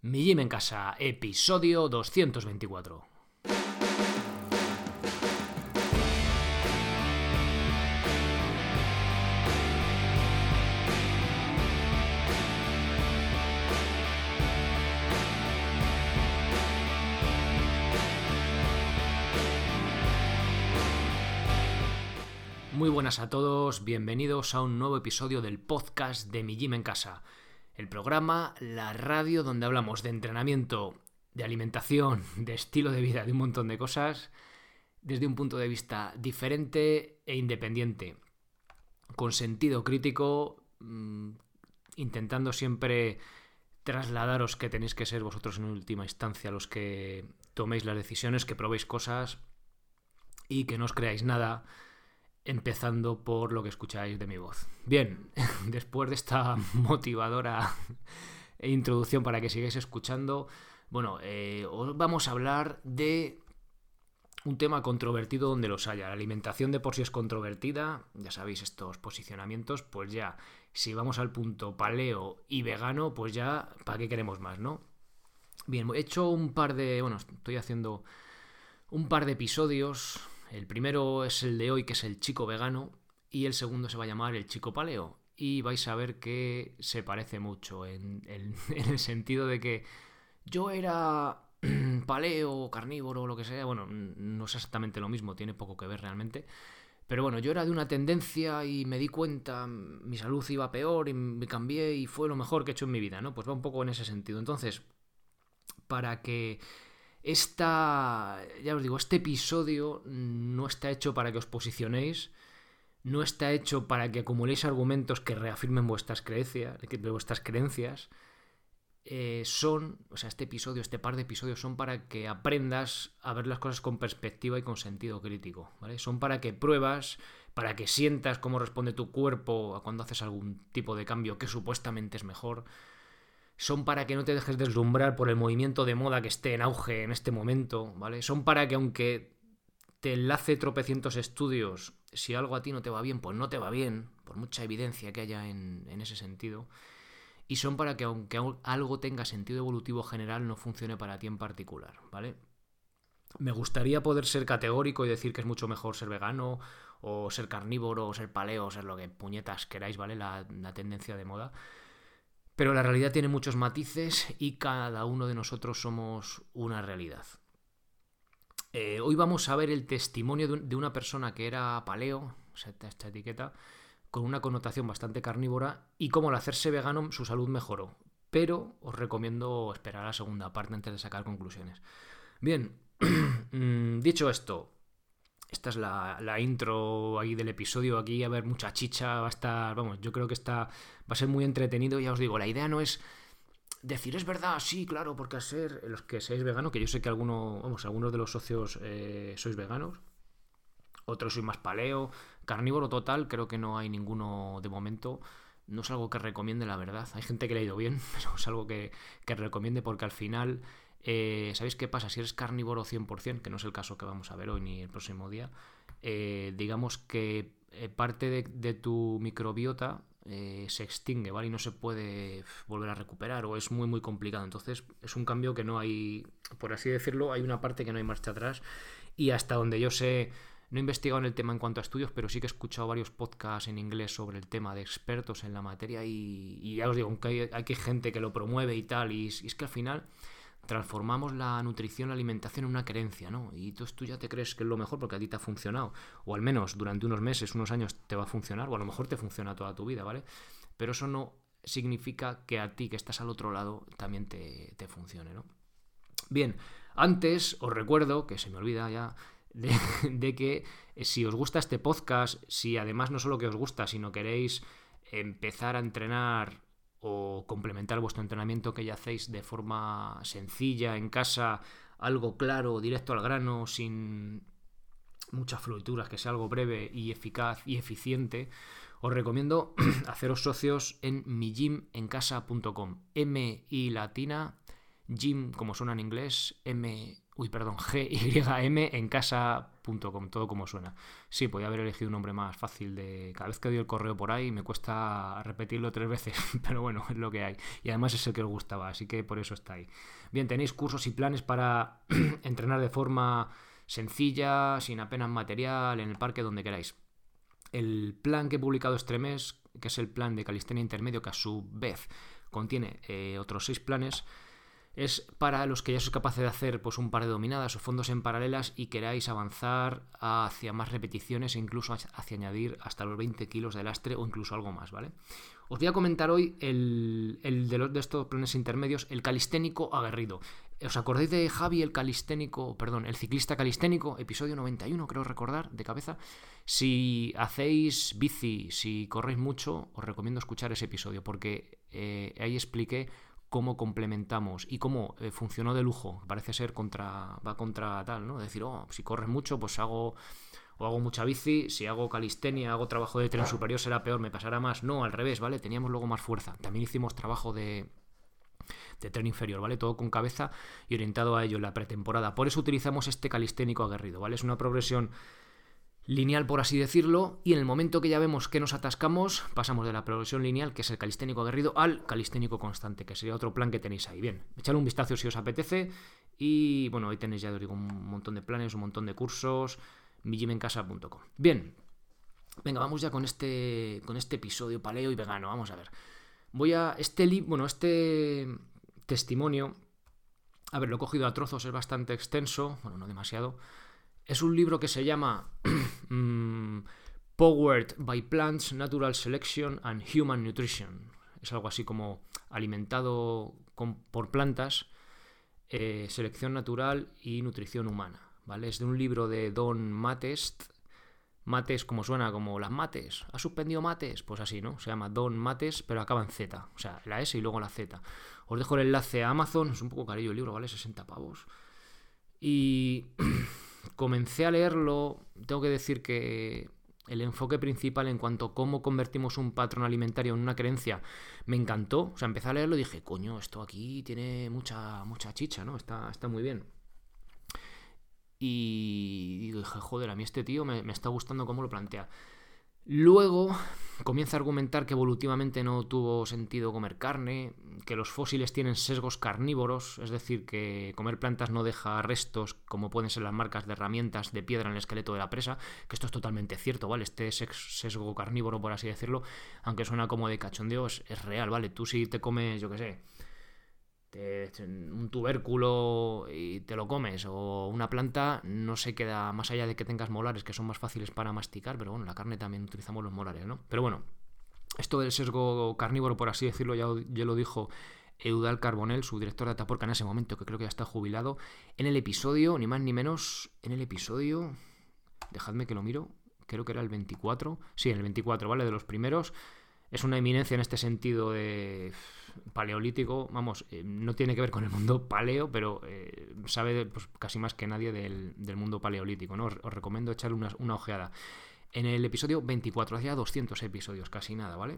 Mi Gym en Casa, episodio 224. Muy buenas a todos, bienvenidos a un nuevo episodio del podcast de Mi Gym en Casa. El programa, la radio donde hablamos de entrenamiento, de alimentación, de estilo de vida, de un montón de cosas, desde un punto de vista diferente e independiente, con sentido crítico, intentando siempre trasladaros que tenéis que ser vosotros en última instancia los que toméis las decisiones, que probéis cosas y que no os creáis nada, empezando por lo que escucháis de mi voz. Bien, después de esta motivadora introducción para que sigáis escuchando, os vamos a hablar de un tema controvertido donde los haya. La alimentación de por sí es controvertida, ya sabéis estos posicionamientos, pues ya, si vamos al punto paleo y vegano, pues ya, ¿para qué queremos más, no? Bien, he hecho estoy haciendo un par de episodios. El primero es el de hoy, que es el chico vegano, y el segundo se va a llamar el chico paleo. Y vais a ver que se parece mucho en el sentido de que yo era paleo, carnívoro, lo que sea. Bueno, no es exactamente lo mismo, tiene poco que ver realmente. Pero bueno, yo era de una tendencia y me di cuenta, mi salud iba peor y me cambié y fue lo mejor que he hecho en mi vida, ¿no? Pues va un poco en ese sentido. Entonces, para que ya os digo, este episodio no está hecho para que os posicionéis, no está hecho para que acumuléis argumentos que reafirmen vuestras creencias. Este par de episodios son para que aprendas a ver las cosas con perspectiva y con sentido crítico, ¿vale? Son para que pruebas, para que sientas cómo responde tu cuerpo a cuando haces algún tipo de cambio que supuestamente es mejor. Son para que no te dejes deslumbrar por el movimiento de moda que esté en auge en este momento, ¿vale? Son para que aunque te enlace tropecientos estudios, si algo a ti no te va bien, pues no te va bien, por mucha evidencia que haya en ese sentido. Y son para que aunque algo tenga sentido evolutivo general, no funcione para ti en particular, ¿vale? Me gustaría poder ser categórico y decir que es mucho mejor ser vegano, o ser carnívoro, o ser paleo, o ser lo que puñetas queráis, ¿vale? La tendencia de moda. Pero la realidad tiene muchos matices y cada uno de nosotros somos una realidad. Hoy vamos a ver el testimonio de una persona que era paleo, esta etiqueta, con una connotación bastante carnívora, y cómo al hacerse vegano su salud mejoró. Pero os recomiendo esperar a la segunda parte antes de sacar conclusiones. Bien, dicho esto, esta es la intro ahí del episodio. Aquí va a haber mucha chicha, va a estar, yo creo que va a ser muy entretenido. Ya os digo, la idea no es decir, es verdad, sí, claro, porque al ser los que seáis veganos, que yo sé que algunos de los socios sois veganos, otros sois más paleo, carnívoro total, creo que no hay ninguno de momento. No es algo que recomiende, la verdad. Hay gente que le ha ido bien, pero es algo que recomiende porque al final... ¿sabéis qué pasa? Si eres carnívoro 100%, que no es el caso que vamos a ver hoy ni el próximo día, digamos que parte de tu microbiota se extingue, ¿vale? Y no se puede volver a recuperar, o es muy muy complicado. Entonces es un cambio que no hay, por así decirlo, hay una parte que no hay marcha atrás. Y hasta donde yo sé, no he investigado en el tema en cuanto a estudios, pero sí que he escuchado varios podcasts en inglés sobre el tema de expertos en la materia, y ya os digo, aunque hay gente que lo promueve y tal, y es que al final transformamos la nutrición, la alimentación en una creencia, ¿no? Y tú ya te crees que es lo mejor porque a ti te ha funcionado, o al menos durante unos meses, unos años te va a funcionar, o a lo mejor te funciona toda tu vida, ¿vale? Pero eso no significa que a ti, que estás al otro lado, también te funcione, ¿no? Bien, antes os recuerdo, que se me olvida ya, de que si os gusta este podcast, si además no solo que os gusta, sino queréis empezar a entrenar o complementar vuestro entrenamiento que ya hacéis de forma sencilla en casa, algo claro, directo al grano, sin muchas florituras, que sea algo breve y eficaz y eficiente, os recomiendo haceros socios en migymencasa.com. MI latina Gym, como suena en inglés, GYM en casa.com, todo como suena. Sí, podía haber elegido un nombre más fácil cada vez que doy el correo por ahí me cuesta repetirlo 3 veces, pero bueno, es lo que hay. Y además es el que os gustaba, así que por eso está ahí. Bien, tenéis cursos y planes para entrenar de forma sencilla, sin apenas material, en el parque, donde queráis. El plan que he publicado este mes, que es el plan de calistenia intermedio, que a su vez contiene otros 6 planes, es para los que ya sois capaces de hacer pues un par de dominadas o fondos en paralelas y queráis avanzar hacia más repeticiones e incluso hacia añadir hasta los 20 kilos de lastre o incluso algo más, ¿vale? Os voy a comentar hoy el de estos planes intermedios, el calisténico aguerrido. ¿Os acordáis de Javi, el ciclista calisténico? Episodio 91, creo recordar, de cabeza. Si hacéis bici, si corréis mucho, os recomiendo escuchar ese episodio, porque ahí expliqué cómo complementamos y cómo funcionó de lujo. Parece ser va contra tal, ¿no? Es decir, si corres mucho, pues hago mucha bici, si hago calistenia, hago trabajo de tren superior, será peor, me pasará más. No, al revés, ¿vale? Teníamos luego más fuerza. También hicimos trabajo de tren inferior, ¿vale? Todo con cabeza y orientado a ello en la pretemporada. Por eso utilizamos este calisténico aguerrido, ¿vale? Es una progresión lineal, por así decirlo, y en el momento que ya vemos que nos atascamos, pasamos de la progresión lineal, que es el calisténico aguerrido, al calisténico constante, que sería otro plan que tenéis ahí. Bien, echadle un vistazo si os apetece y bueno, ahí tenéis, ya os digo, un montón de planes, un montón de cursos, mijimencasa.com. Bien, venga, vamos ya con este episodio paleo y vegano, vamos a ver. Este testimonio, a ver, lo he cogido a trozos, es bastante extenso, bueno, no demasiado. Es un libro que se llama Powered by Plants, Natural Selection and Human Nutrition. Es algo así como alimentado por plantas, selección natural y nutrición humana, ¿vale? Es de un libro de Don Matest. Mates, como suena, como las mates. ¿Has suspendido mates? Pues así, ¿no? Se llama Don Mates, pero acaba en Z. O sea, la S y luego la Z. Os dejo el enlace a Amazon. Es un poco carillo el libro, ¿vale? 60 pavos. Y comencé a leerlo. Tengo que decir que el enfoque principal en cuanto a cómo convertimos un patrón alimentario en una creencia me encantó. O sea, empecé a leerlo y dije, coño, esto aquí tiene mucha chicha, ¿no? Está muy bien. Y dije, joder, a mí este tío me está gustando cómo lo plantea. Luego comienza a argumentar que evolutivamente no tuvo sentido comer carne, que los fósiles tienen sesgos carnívoros, es decir, que comer plantas no deja restos, como pueden ser las marcas de herramientas de piedra en el esqueleto de la presa, que esto es totalmente cierto, ¿vale? Este sesgo carnívoro, por así decirlo, aunque suena como de cachondeo, es real, ¿vale? Tú si te comes, yo qué sé, un tubérculo y te lo comes, o una planta, no se queda, más allá de que tengas molares que son más fáciles para masticar, pero bueno, la carne también utilizamos los molares, ¿no? Pero bueno, esto del sesgo carnívoro, por así decirlo, ya lo dijo Eudald Carbonell, su director de Ataporca en ese momento, que creo que ya está jubilado, en el episodio, ni más ni menos, dejadme que lo miro, creo que era el 24, sí, en el 24, ¿vale? De los primeros. Es una eminencia en este sentido de paleolítico, vamos, no tiene que ver con el mundo paleo, pero sabe pues, casi más que nadie del mundo paleolítico, ¿no? Os recomiendo echarle una ojeada. En el episodio 24, hacía 200 episodios, casi nada, ¿vale?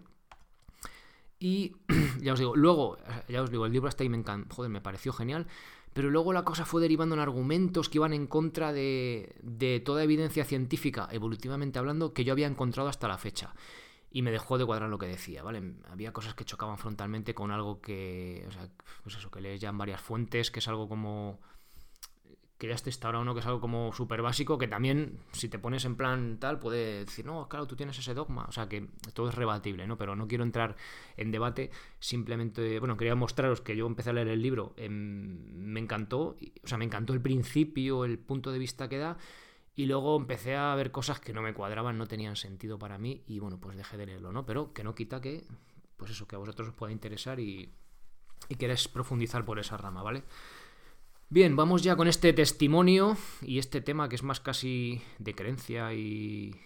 Y ya os digo, luego, el libro hasta ahí me pareció genial, pero luego la cosa fue derivando en argumentos que iban en contra de toda evidencia científica, evolutivamente hablando, que yo había encontrado hasta la fecha. Y me dejó de cuadrar lo que decía, ¿vale? Había cosas que chocaban frontalmente con algo que, o sea, pues eso, que lees ya en varias fuentes, que es algo como que ya está instaurado, ¿no? Que es algo como súper básico, que también, si te pones en plan tal, puede decir, no, claro, tú tienes ese dogma, o sea, que todo es rebatible, ¿no? Pero no quiero entrar en debate, simplemente, bueno, quería mostraros que yo empecé a leer el libro, me encantó, o sea, me encantó el principio, el punto de vista que da. Y luego empecé a ver cosas que no me cuadraban, no tenían sentido para mí y bueno, pues dejé de leerlo, ¿no? Pero que no quita que, pues eso, que a vosotros os pueda interesar y queráis profundizar por esa rama, ¿vale? Bien, vamos ya con este testimonio y este tema que es más casi de creencia y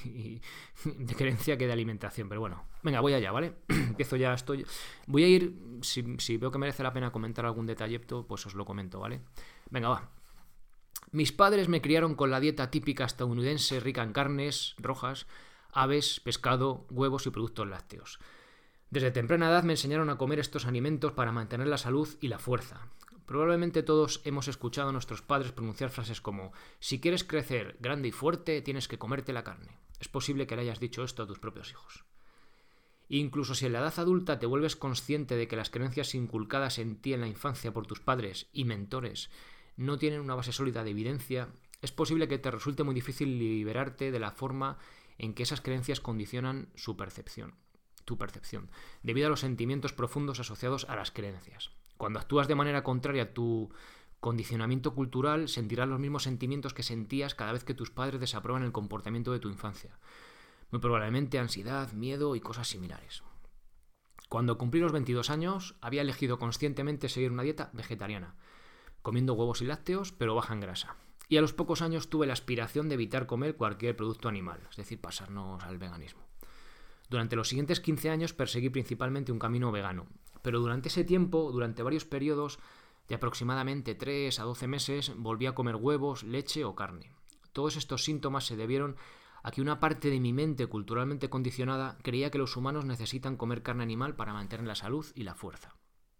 de creencia que de alimentación, pero bueno, venga, voy allá, ¿vale? Empiezo ya, voy a ir, si veo que merece la pena comentar algún detallito, pues os lo comento, ¿vale? Venga, va. Mis padres me criaron con la dieta típica estadounidense rica en carnes rojas, aves, pescado, huevos y productos lácteos. Desde temprana edad me enseñaron a comer estos alimentos para mantener la salud y la fuerza. Probablemente todos hemos escuchado a nuestros padres pronunciar frases como: si quieres crecer grande y fuerte, tienes que comerte la carne. Es posible que le hayas dicho esto a tus propios hijos. Incluso si en la edad adulta te vuelves consciente de que las creencias inculcadas en ti en la infancia por tus padres y mentores no tienen una base sólida de evidencia, es posible que te resulte muy difícil liberarte de la forma en que esas creencias condicionan tu percepción, debido a los sentimientos profundos asociados a las creencias. Cuando actúas de manera contraria a tu condicionamiento cultural, sentirás los mismos sentimientos que sentías cada vez que tus padres desaprueban el comportamiento de tu infancia. Muy probablemente ansiedad, miedo y cosas similares. Cuando cumplí los 22 años, había elegido conscientemente seguir una dieta vegetariana, comiendo huevos y lácteos, pero baja en grasa. Y a los pocos años tuve la aspiración de evitar comer cualquier producto animal, es decir, pasarnos al veganismo. Durante los siguientes 15 años perseguí principalmente un camino vegano, pero durante ese tiempo, durante varios periodos de aproximadamente 3 a 12 meses, volví a comer huevos, leche o carne. Todos estos síntomas se debieron a que una parte de mi mente culturalmente condicionada creía que los humanos necesitan comer carne animal para mantener la salud y la fuerza.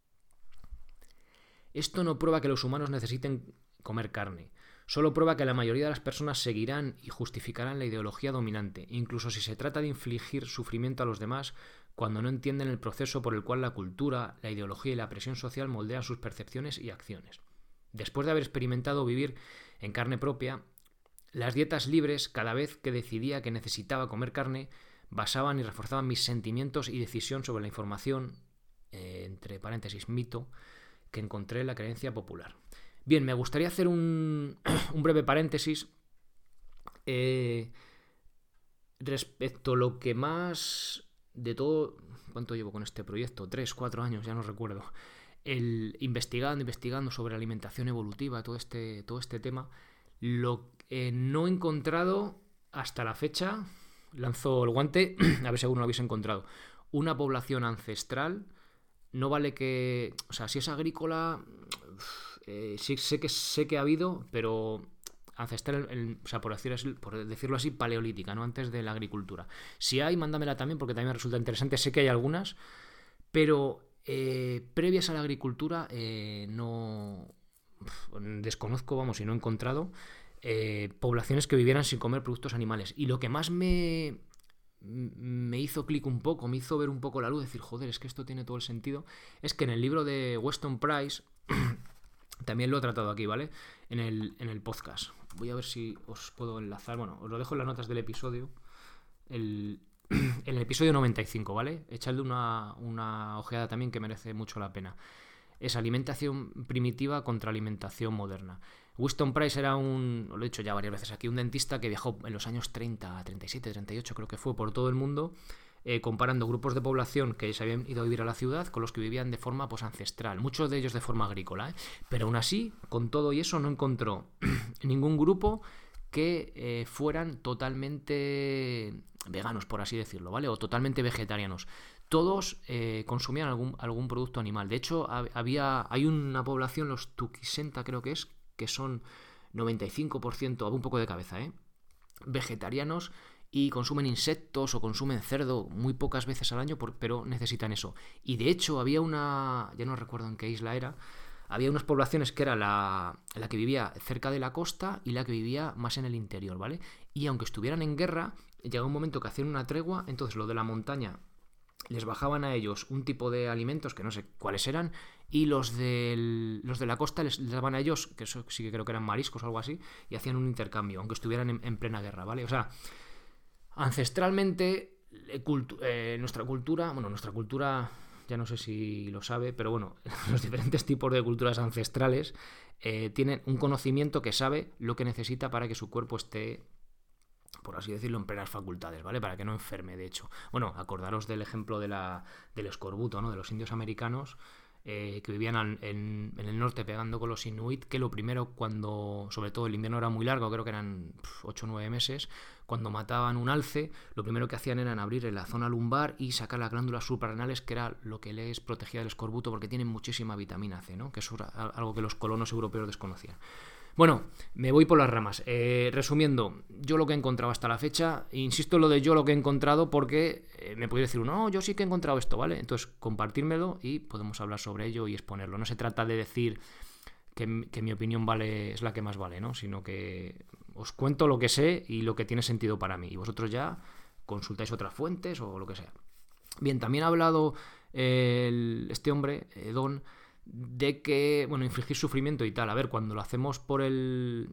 Esto no prueba que los humanos necesiten comer carne, solo prueba que la mayoría de las personas seguirán y justificarán la ideología dominante, incluso si se trata de infligir sufrimiento a los demás cuando no entienden el proceso por el cual la cultura, la ideología y la presión social moldean sus percepciones y acciones. Después de haber experimentado vivir en carne propia, las dietas libres, cada vez que decidía que necesitaba comer carne, basaban y reforzaban mis sentimientos y decisión sobre la información, entre paréntesis, mito, que encontré en la creencia popular. Bien, me gustaría hacer un breve paréntesis respecto a lo que más de todo... ¿Cuánto llevo con este proyecto? 3, 4 años, ya no recuerdo. Investigando sobre alimentación evolutiva, todo este tema. Lo que no he encontrado hasta la fecha, lanzo el guante, a ver si alguno lo habéis encontrado, una población ancestral. No vale que... O sea, si es agrícola, sí sé que ha habido, pero ancestral, o sea, por decirlo así, paleolítica, no antes de la agricultura. Si hay, mándamela también, porque también me resulta interesante. Sé que hay algunas, pero previas a la agricultura no... Desconozco, vamos, y no he encontrado poblaciones que vivieran sin comer productos animales. Y lo que más me hizo clic un poco, me hizo ver un poco la luz, decir, joder, es que esto tiene todo el sentido, es que en el libro de Weston Price, también lo he tratado aquí, ¿vale? En el podcast. Voy a ver si os puedo enlazar, bueno, os lo dejo en las notas del episodio, en el episodio 95, ¿vale? Echadle una ojeada también, que merece mucho la pena. Es alimentación primitiva contra alimentación moderna. Weston Price era lo he dicho ya varias veces aquí, un dentista que viajó en los años 30, 37, 38 creo que fue, por todo el mundo, comparando grupos de población que se habían ido a vivir a la ciudad con los que vivían de forma ancestral, muchos de ellos de forma agrícola, pero aún así, con todo y eso, no encontró ningún grupo que fueran totalmente veganos, por así decirlo, ¿vale? O totalmente vegetarianos. Todos consumían algún producto animal. De hecho, hay una población, los Tukisenta creo que son 95%, hago un poco de cabeza, vegetarianos, y consumen insectos o consumen cerdo muy pocas veces al año, pero necesitan eso. Y de hecho había ya no recuerdo en qué isla era, había unas poblaciones que era la que vivía cerca de la costa y la que vivía más en el interior, ¿vale? Y aunque estuvieran en guerra, llegaba un momento que hacían una tregua, entonces lo de la montaña les bajaban a ellos un tipo de alimentos que no sé cuáles eran, y los de la costa les daban a ellos, que eso sí que creo que eran mariscos o algo así, y hacían un intercambio, aunque estuvieran en plena guerra, ¿vale? O sea, ancestralmente nuestra cultura, ya no sé si lo sabe, pero bueno, los diferentes tipos de culturas ancestrales tienen un conocimiento que sabe lo que necesita para que su cuerpo esté, por así decirlo, en plenas facultades, ¿vale? Para que no enferme, de hecho. Bueno, acordaros del ejemplo del escorbuto, ¿no? De los indios americanos que vivían en el norte pegando con los inuit, que lo primero, cuando, sobre todo el invierno era muy largo, creo que eran 8 o 9 meses, cuando mataban un alce, lo primero que hacían era abrir en la zona lumbar y sacar las glándulas suprarrenales, que era lo que les protegía del escorbuto, porque tienen muchísima vitamina C, ¿no? Que es algo que los colonos europeos desconocían. Bueno, me voy por las ramas. Resumiendo, yo lo que he encontrado hasta la fecha, insisto en lo de yo lo que he encontrado, porque me podéis decir, no, yo sí que he encontrado esto, ¿vale? Entonces, compartírmelo y podemos hablar sobre ello y exponerlo. No se trata de decir que mi opinión es la que más vale, ¿no? Sino que os cuento lo que sé y lo que tiene sentido para mí. Y vosotros ya consultáis otras fuentes o lo que sea. Bien, también ha hablado este hombre, Don, de que, bueno, infligir sufrimiento y tal. A ver, cuando lo hacemos por el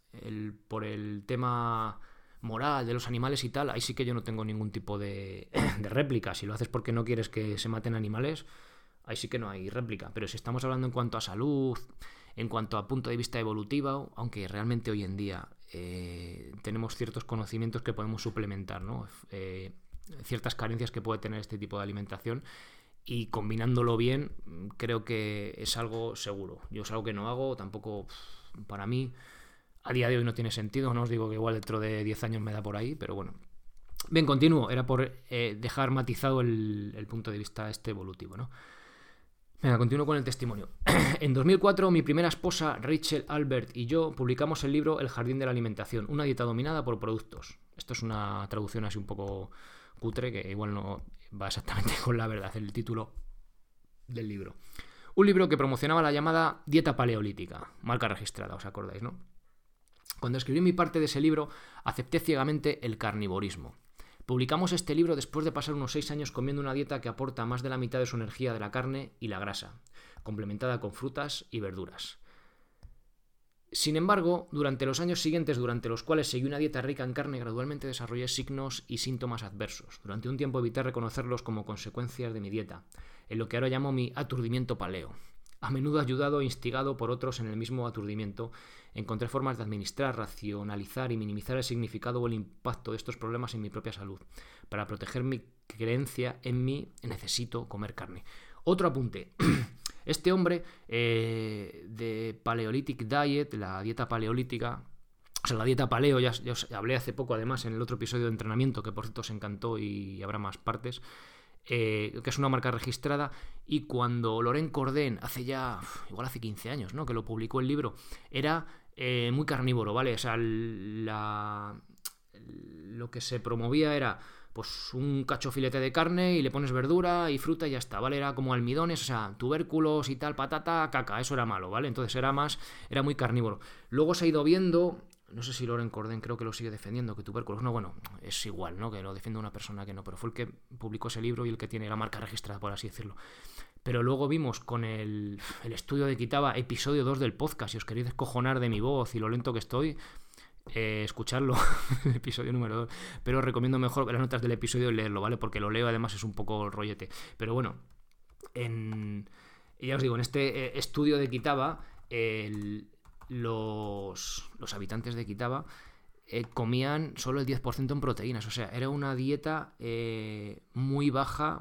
tema moral de los animales y tal, ahí sí que yo no tengo ningún tipo de réplica. Si lo haces porque no quieres que se maten animales, ahí sí que no hay réplica. Pero si estamos hablando en cuanto a salud, en cuanto a punto de vista evolutivo, aunque realmente hoy en día tenemos ciertos conocimientos que podemos suplementar, ¿no? Ciertas carencias que puede tener este tipo de alimentación, y combinándolo bien creo que es algo seguro. Yo es algo que no hago, tampoco para mí a día de hoy no tiene sentido, no os digo que igual dentro de 10 años me da por ahí, pero bueno. Bien, continúo, era por dejar matizado el punto de vista evolutivo, ¿no? Venga, continúo con el testimonio. En 2004, mi primera esposa, Rachel Albert, y yo publicamos el libro El jardín de la alimentación, una dieta dominada por productos. Esto es una traducción así un poco cutre, que igual no va exactamente con la verdad, el título del libro. Un libro que promocionaba la llamada dieta paleolítica, marca registrada, ¿os acordáis, no? Cuando escribí mi parte de ese libro, acepté ciegamente el carnivorismo. Publicamos este libro después de pasar unos 6 años comiendo una dieta que aporta más de la mitad de su energía de la carne y la grasa, complementada con frutas y verduras. Sin embargo, durante los años siguientes, durante los cuales seguí una dieta rica en carne, gradualmente desarrollé signos y síntomas adversos. Durante un tiempo evité reconocerlos como consecuencias de mi dieta, en lo que ahora llamo mi aturdimiento paleo. A menudo ayudado e instigado por otros en el mismo aturdimiento, encontré formas de administrar, racionalizar y minimizar el significado o el impacto de estos problemas en mi propia salud, para proteger mi creencia en mí necesito comer carne. Otro apunte. Este hombre de Paleolithic Diet, la dieta paleolítica, o sea, la dieta paleo, ya os hablé hace poco además en el otro episodio de entrenamiento, que por cierto os encantó y habrá más partes, que es una marca registrada, y cuando Loren Corden, igual hace 15 años, ¿no?, que lo publicó el libro, era muy carnívoro, ¿vale? O sea, lo que se promovía era pues un cacho filete de carne y le pones verdura y fruta y ya está, ¿vale? Era como almidones, o sea, tubérculos y tal, patata, caca, eso era malo, ¿vale? Entonces era muy carnívoro. Luego se ha ido viendo, no sé si Loren Corden creo que lo sigue defendiendo, que tubérculos, no, bueno, es igual, ¿no?, que lo defiende una persona que no, pero fue el que publicó ese libro y el que tiene la marca registrada, por así decirlo. Pero luego vimos con el estudio de Kitaba, episodio 2 del podcast, si os queréis descojonar de mi voz y lo lento que estoy, escucharlo, episodio número 2, pero os recomiendo mejor ver las notas del episodio y leerlo, ¿vale? Porque lo leo, además es un poco rollete, pero bueno, ya os digo, en este estudio de Kitaba, los habitantes de Kitaba comían solo el 10% en proteínas, o sea, era una dieta muy baja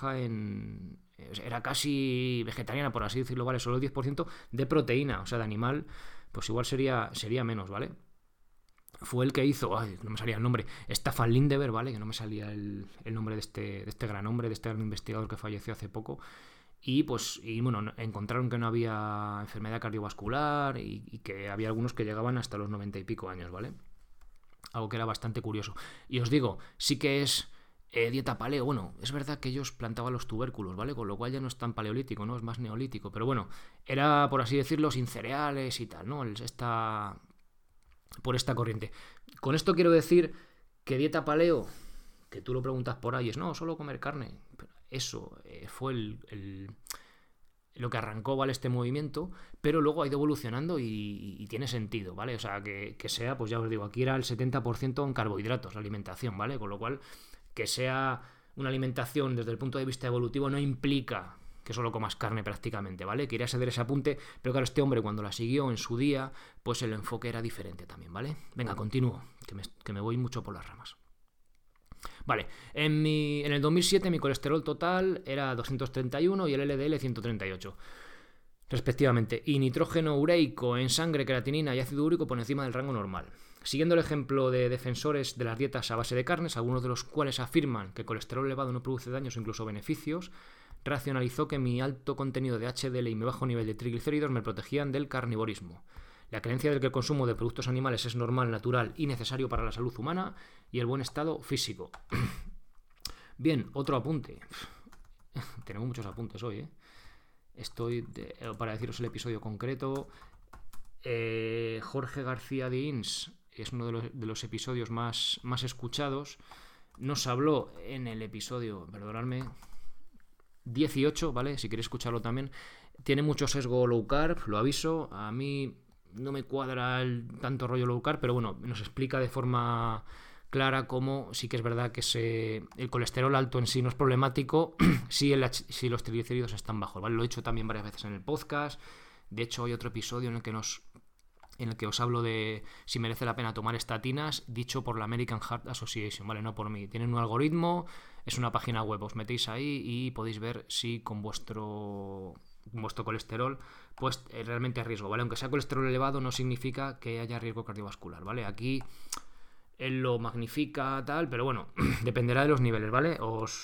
era casi vegetariana, por así decirlo, ¿vale? Solo el 10% de proteína, o sea, de animal, pues igual sería menos, ¿vale? Fue el que hizo, no me salía el nombre, Staffan Lindeberg, ¿vale? Que no me salía el nombre de este gran hombre, de este gran investigador que falleció hace poco. Y bueno, encontraron que no había enfermedad cardiovascular y que había algunos que llegaban hasta los 90 y pico años, ¿vale? Algo que era bastante curioso. Y os digo, sí que es dieta paleo. Bueno, es verdad que ellos plantaban los tubérculos, ¿vale? Con lo cual ya no es tan paleolítico, ¿no? Es más neolítico. Pero bueno, era, por así decirlo, sin cereales y tal, ¿no? Por esta corriente. Con esto quiero decir que dieta paleo, que tú lo preguntas por ahí, es no, solo comer carne. Pero eso fue lo que arrancó, ¿vale?, este movimiento, pero luego ha ido evolucionando y tiene sentido, ¿vale? O sea, que sea, pues ya os digo, aquí era el 70% en carbohidratos la alimentación, ¿vale? Con lo cual, que sea una alimentación desde el punto de vista evolutivo no implica que solo comas carne prácticamente, ¿vale? Quería ceder ese apunte, pero claro, este hombre cuando la siguió en su día, pues el enfoque era diferente también, ¿vale? Venga, continúo, que me voy mucho por las ramas. Vale, en el 2007 mi colesterol total era 231 y el LDL 138, respectivamente, y nitrógeno ureico en sangre, creatinina y ácido úrico por encima del rango normal. Siguiendo el ejemplo de defensores de las dietas a base de carnes, algunos de los cuales afirman que el colesterol elevado no produce daños o incluso beneficios, racionalizó que mi alto contenido de HDL y mi bajo nivel de triglicéridos me protegían del carnivorismo. La creencia de que el consumo de productos animales es normal, natural y necesario para la salud humana y el buen estado físico. Bien, otro apunte. Tenemos muchos apuntes hoy, ¿eh? para deciros el episodio concreto, Jorge García de Ins es uno de los episodios más escuchados. Nos habló en el episodio, perdonadme, 18, ¿vale? Si queréis escucharlo también. Tiene mucho sesgo low carb, lo aviso. A mí no me cuadra tanto rollo low carb, pero bueno, nos explica de forma clara cómo sí que es verdad que el colesterol alto en sí no es problemático si los triglicéridos están bajos, ¿vale? Lo he dicho también varias veces en el podcast. De hecho, hay otro episodio en el que os hablo de si merece la pena tomar estatinas, dicho por la American Heart Association, ¿vale? No por mí. Tienen un algoritmo, es una página web, os metéis ahí y podéis ver si con vuestro colesterol pues realmente hay riesgo, ¿vale? Aunque sea colesterol elevado no significa que haya riesgo cardiovascular, ¿vale? Aquí él lo magnifica tal, pero bueno, dependerá de los niveles, ¿vale?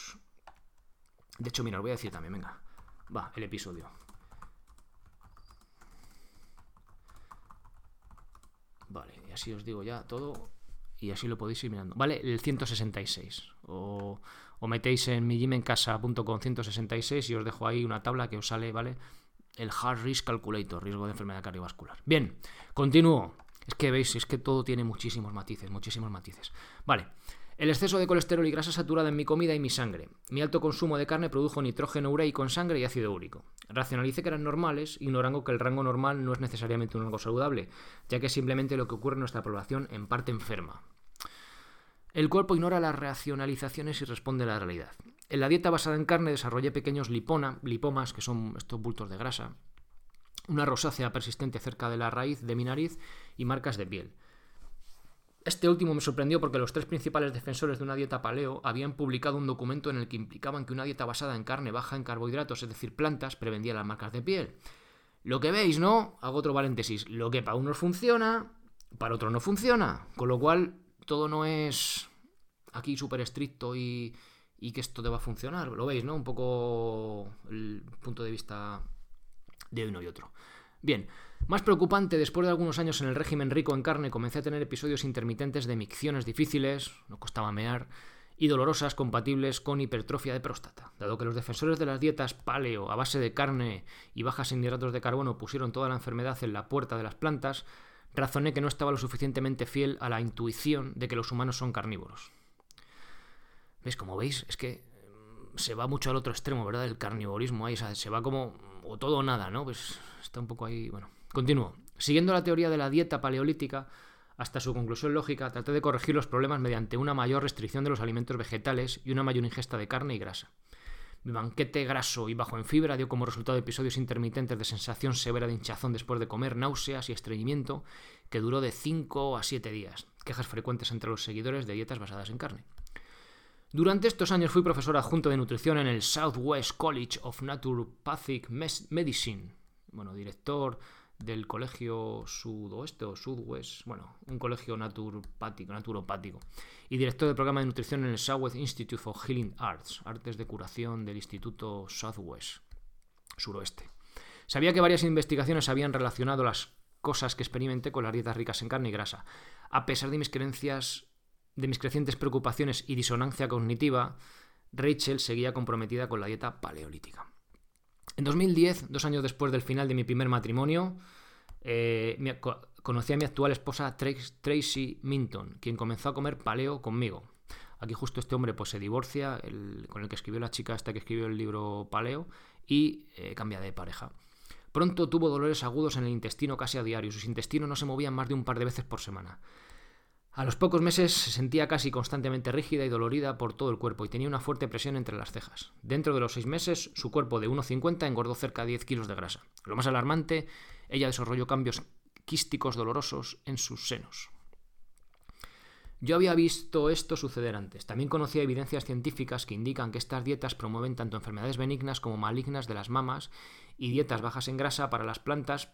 De hecho, mira, os voy a decir también, venga, va, el episodio. Vale, y así os digo ya todo y así lo podéis ir mirando. Vale, el 166. O metéis en migymencasa.com 166 y os dejo ahí una tabla que os sale, ¿vale? El Heart Risk Calculator, riesgo de enfermedad cardiovascular. Bien, continúo. Es que veis, es que todo tiene muchísimos matices. Vale. El exceso de colesterol y grasa saturada en mi comida y mi sangre. Mi alto consumo de carne produjo nitrógeno ureico en sangre y ácido úrico. Racionalicé que eran normales, ignorando que el rango normal no es necesariamente un rango saludable, ya que es simplemente lo que ocurre en nuestra población en parte enferma. El cuerpo ignora las racionalizaciones y responde a la realidad. En la dieta basada en carne desarrollé pequeños lipomas, que son estos bultos de grasa, una rosácea persistente cerca de la raíz de mi nariz y marcas de piel. Este último me sorprendió porque los tres principales defensores de una dieta paleo habían publicado un documento en el que implicaban que una dieta basada en carne baja en carbohidratos, es decir, plantas, prevenía las marcas de piel. Lo que veis, ¿no? Hago otro paréntesis. Lo que para unos funciona, para otros no funciona. Con lo cual, todo no es aquí súper estricto y que esto te va a funcionar. Lo veis, ¿no? Un poco el punto de vista de uno y otro. Bien, más preocupante, después de algunos años en el régimen rico en carne, comencé a tener episodios intermitentes de micciones difíciles, no costaba mear, y dolorosas compatibles con hipertrofia de próstata. Dado que los defensores de las dietas paleo a base de carne y bajas en hidratos de carbono pusieron toda la enfermedad en la puerta de las plantas, razoné que no estaba lo suficientemente fiel a la intuición de que los humanos son carnívoros. ¿Veis? Como veis, es que se va mucho al otro extremo, ¿verdad? El carnivorismo ahí, o sea, se va como o todo o nada, ¿no? Pues está un poco ahí, bueno. Continúo. Siguiendo la teoría de la dieta paleolítica, hasta su conclusión lógica, traté de corregir los problemas mediante una mayor restricción de los alimentos vegetales y una mayor ingesta de carne y grasa. Mi banquete graso y bajo en fibra dio como resultado episodios intermitentes de sensación severa de hinchazón después de comer, náuseas y estreñimiento, que duró de 5 a 7 días, quejas frecuentes entre los seguidores de dietas basadas en carne. Durante estos años fui profesor adjunto de nutrición en el Southwest College of Naturopathic Medicine, bueno, director del colegio sudoeste o Southwest, bueno, un colegio naturopático, y director del programa de nutrición en el Southwest Institute for Healing Arts, artes de curación del Instituto Southwest, suroeste. Sabía que varias investigaciones habían relacionado las cosas que experimenté con las dietas ricas en carne y grasa. A pesar de mis crecientes preocupaciones y disonancia cognitiva, Rachel seguía comprometida con la dieta paleolítica. En 2010, 2 años después del final de mi primer matrimonio, conocí a mi actual esposa Tracy Minton, quien comenzó a comer paleo conmigo. Aquí justo este hombre pues se divorcia, con el que escribió la chica esta que escribió el libro Paleo, y cambia de pareja. Pronto tuvo dolores agudos en el intestino casi a diario. Sus intestinos no se movían más de un par de veces por semana. A los pocos meses se sentía casi constantemente rígida y dolorida por todo el cuerpo y tenía una fuerte presión entre las cejas. Dentro de los 6 meses, su cuerpo de 1,50 engordó cerca de 10 kilos de grasa. Lo más alarmante, ella desarrolló cambios quísticos dolorosos en sus senos. Yo había visto esto suceder antes. También conocía evidencias científicas que indican que estas dietas promueven tanto enfermedades benignas como malignas de las mamas y dietas bajas en grasa para las plantas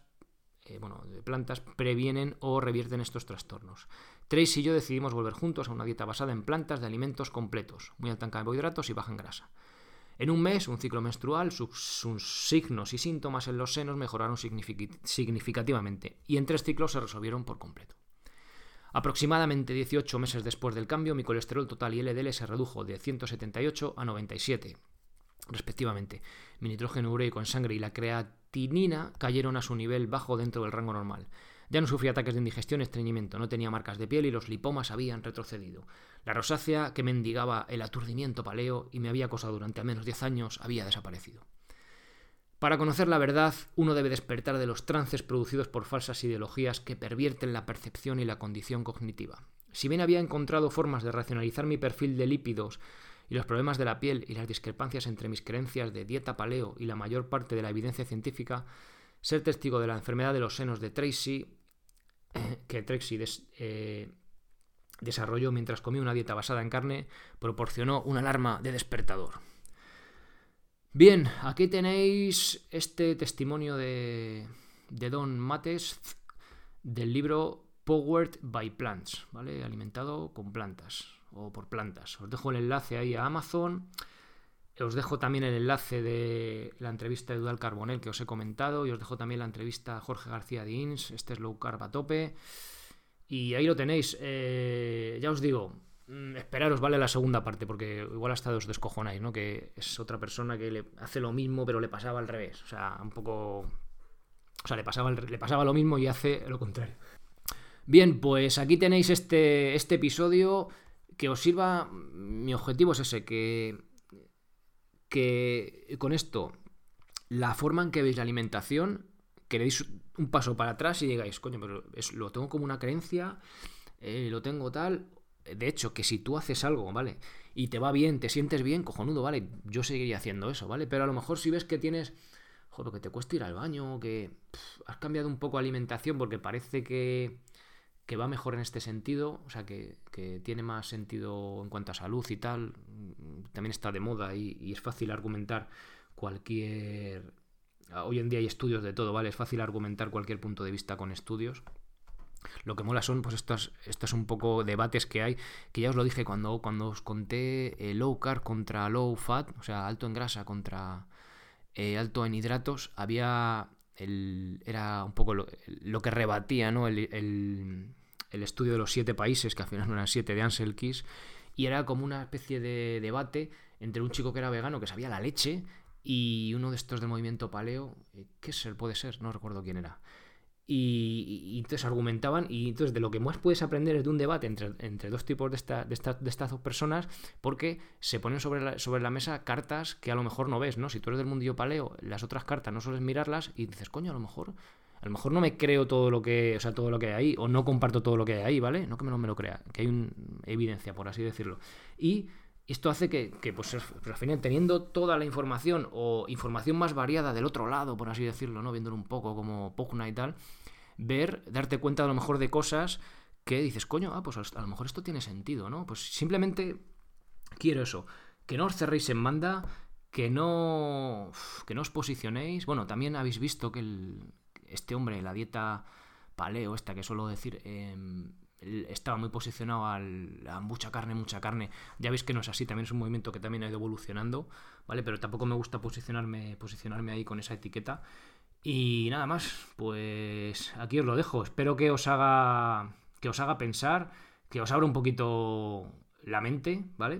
previenen o revierten estos trastornos. Tracy y yo decidimos volver juntos a una dieta basada en plantas de alimentos completos, muy alta en carbohidratos y baja en grasa. En un mes, un ciclo menstrual, sus signos y síntomas en los senos mejoraron significativamente y en 3 ciclos se resolvieron por completo. Aproximadamente 18 meses después del cambio, mi colesterol total y LDL se redujo de 178 a 97. respectivamente. Mi nitrógeno ureico en sangre y la creatinina cayeron a su nivel bajo dentro del rango normal. Ya no sufría ataques de indigestión y estreñimiento, no tenía marcas de piel y los lipomas habían retrocedido. La rosácea que mendigaba el aturdimiento paleo y me había acosado durante al menos 10 años había desaparecido. Para conocer la verdad, uno debe despertar de los trances producidos por falsas ideologías que pervierten la percepción y la condición cognitiva. Si bien había encontrado formas de racionalizar mi perfil de lípidos y los problemas de la piel y las discrepancias entre mis creencias de dieta paleo y la mayor parte de la evidencia científica, ser testigo de la enfermedad de los senos de Tracy, que Tracy desarrolló mientras comía una dieta basada en carne, proporcionó una alarma de despertador. Bien, aquí tenéis este testimonio de Don Mates del libro Powered by Plants, ¿vale? Alimentado con plantas o por plantas. Os dejo el enlace ahí a Amazon. Os dejo también el enlace de la entrevista de Eudald Carbonell que os he comentado y os dejo también la entrevista a Jorge García de Ins, este es Low Carb a tope. Y ahí lo tenéis. Ya os digo, esperaros, vale, la segunda parte, porque igual hasta os descojonáis, ¿no? Que es otra persona que le hace lo mismo, pero le pasaba al revés. O sea, un poco... O sea, le pasaba lo mismo y hace lo contrario. Bien, pues aquí tenéis este episodio que os sirva. Mi objetivo es ese, que con esto, la forma en que veis la alimentación, que le deis un paso para atrás y digáis, coño, pero lo tengo como una creencia, lo tengo tal. De hecho, que si tú haces algo, ¿vale? Y te va bien, te sientes bien, cojonudo, ¿vale? Yo seguiría haciendo eso, ¿vale? Pero a lo mejor si ves que tienes, joder, que te cuesta ir al baño, que has cambiado un poco alimentación porque parece que va mejor en este sentido, o sea, que tiene más sentido en cuanto a salud y tal, también está de moda y es fácil argumentar cualquier... Hoy en día hay estudios de todo, ¿vale? Es fácil argumentar cualquier punto de vista con estudios. Lo que mola son pues estos un poco debates que hay, que ya os lo dije cuando os conté low carb contra low fat, o sea, alto en grasa contra alto en hidratos, era un poco lo que rebatía, ¿no? el estudio de los 7 países, que al final no eran 7, de Ansel Keys, y era como una especie de debate entre un chico que era vegano, que sabía la leche, y uno de estos del movimiento paleo, puede ser, no recuerdo quién era. Y entonces argumentaban, y entonces de lo que más puedes aprender es de un debate entre dos tipos de estas dos personas, porque se ponen sobre la mesa cartas que a lo mejor no ves, ¿no? Si tú eres del mundillo paleo, las otras cartas no sueles mirarlas y dices, coño, a lo mejor no me creo todo lo que hay ahí, o no comparto todo lo que hay ahí, ¿vale? No que no me lo crea, que hay evidencia, por así decirlo. Y esto hace que pues al final, teniendo toda la información o información más variada del otro lado, por así decirlo, ¿no? Viéndolo un poco como pugna y tal, darte cuenta a lo mejor de cosas que dices, coño, pues a lo mejor esto tiene sentido, ¿no? Pues simplemente quiero eso, que no os cerréis en banda, que no os posicionéis. Bueno, también habéis visto que este hombre, la dieta paleo, esta que suelo decir, estaba muy posicionado a mucha carne. Ya veis que no es así, también es un movimiento que también ha ido evolucionando, ¿vale? Pero tampoco me gusta posicionarme ahí con esa etiqueta. Y nada más, pues aquí os lo dejo. Espero que os haga pensar, que os abra un poquito la mente, ¿vale?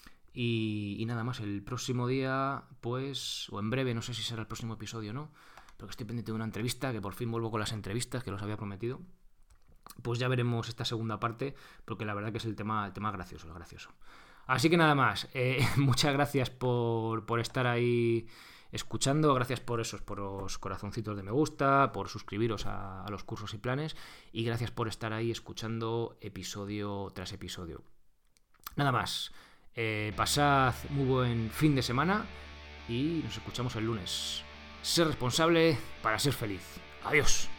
Y nada más, el próximo día, pues, o en breve, no sé si será el próximo episodio o no, pero que estoy pendiente de una entrevista, que por fin vuelvo con las entrevistas, que los había prometido. Pues ya veremos esta segunda parte, porque la verdad que es el tema gracioso. Así que nada más, muchas gracias por estar ahí escuchando, gracias por los corazoncitos de me gusta, por suscribiros a los cursos y planes, y gracias por estar ahí escuchando episodio tras episodio. Nada más, pasad muy buen fin de semana y nos escuchamos el lunes. Ser responsable para ser feliz. Adiós.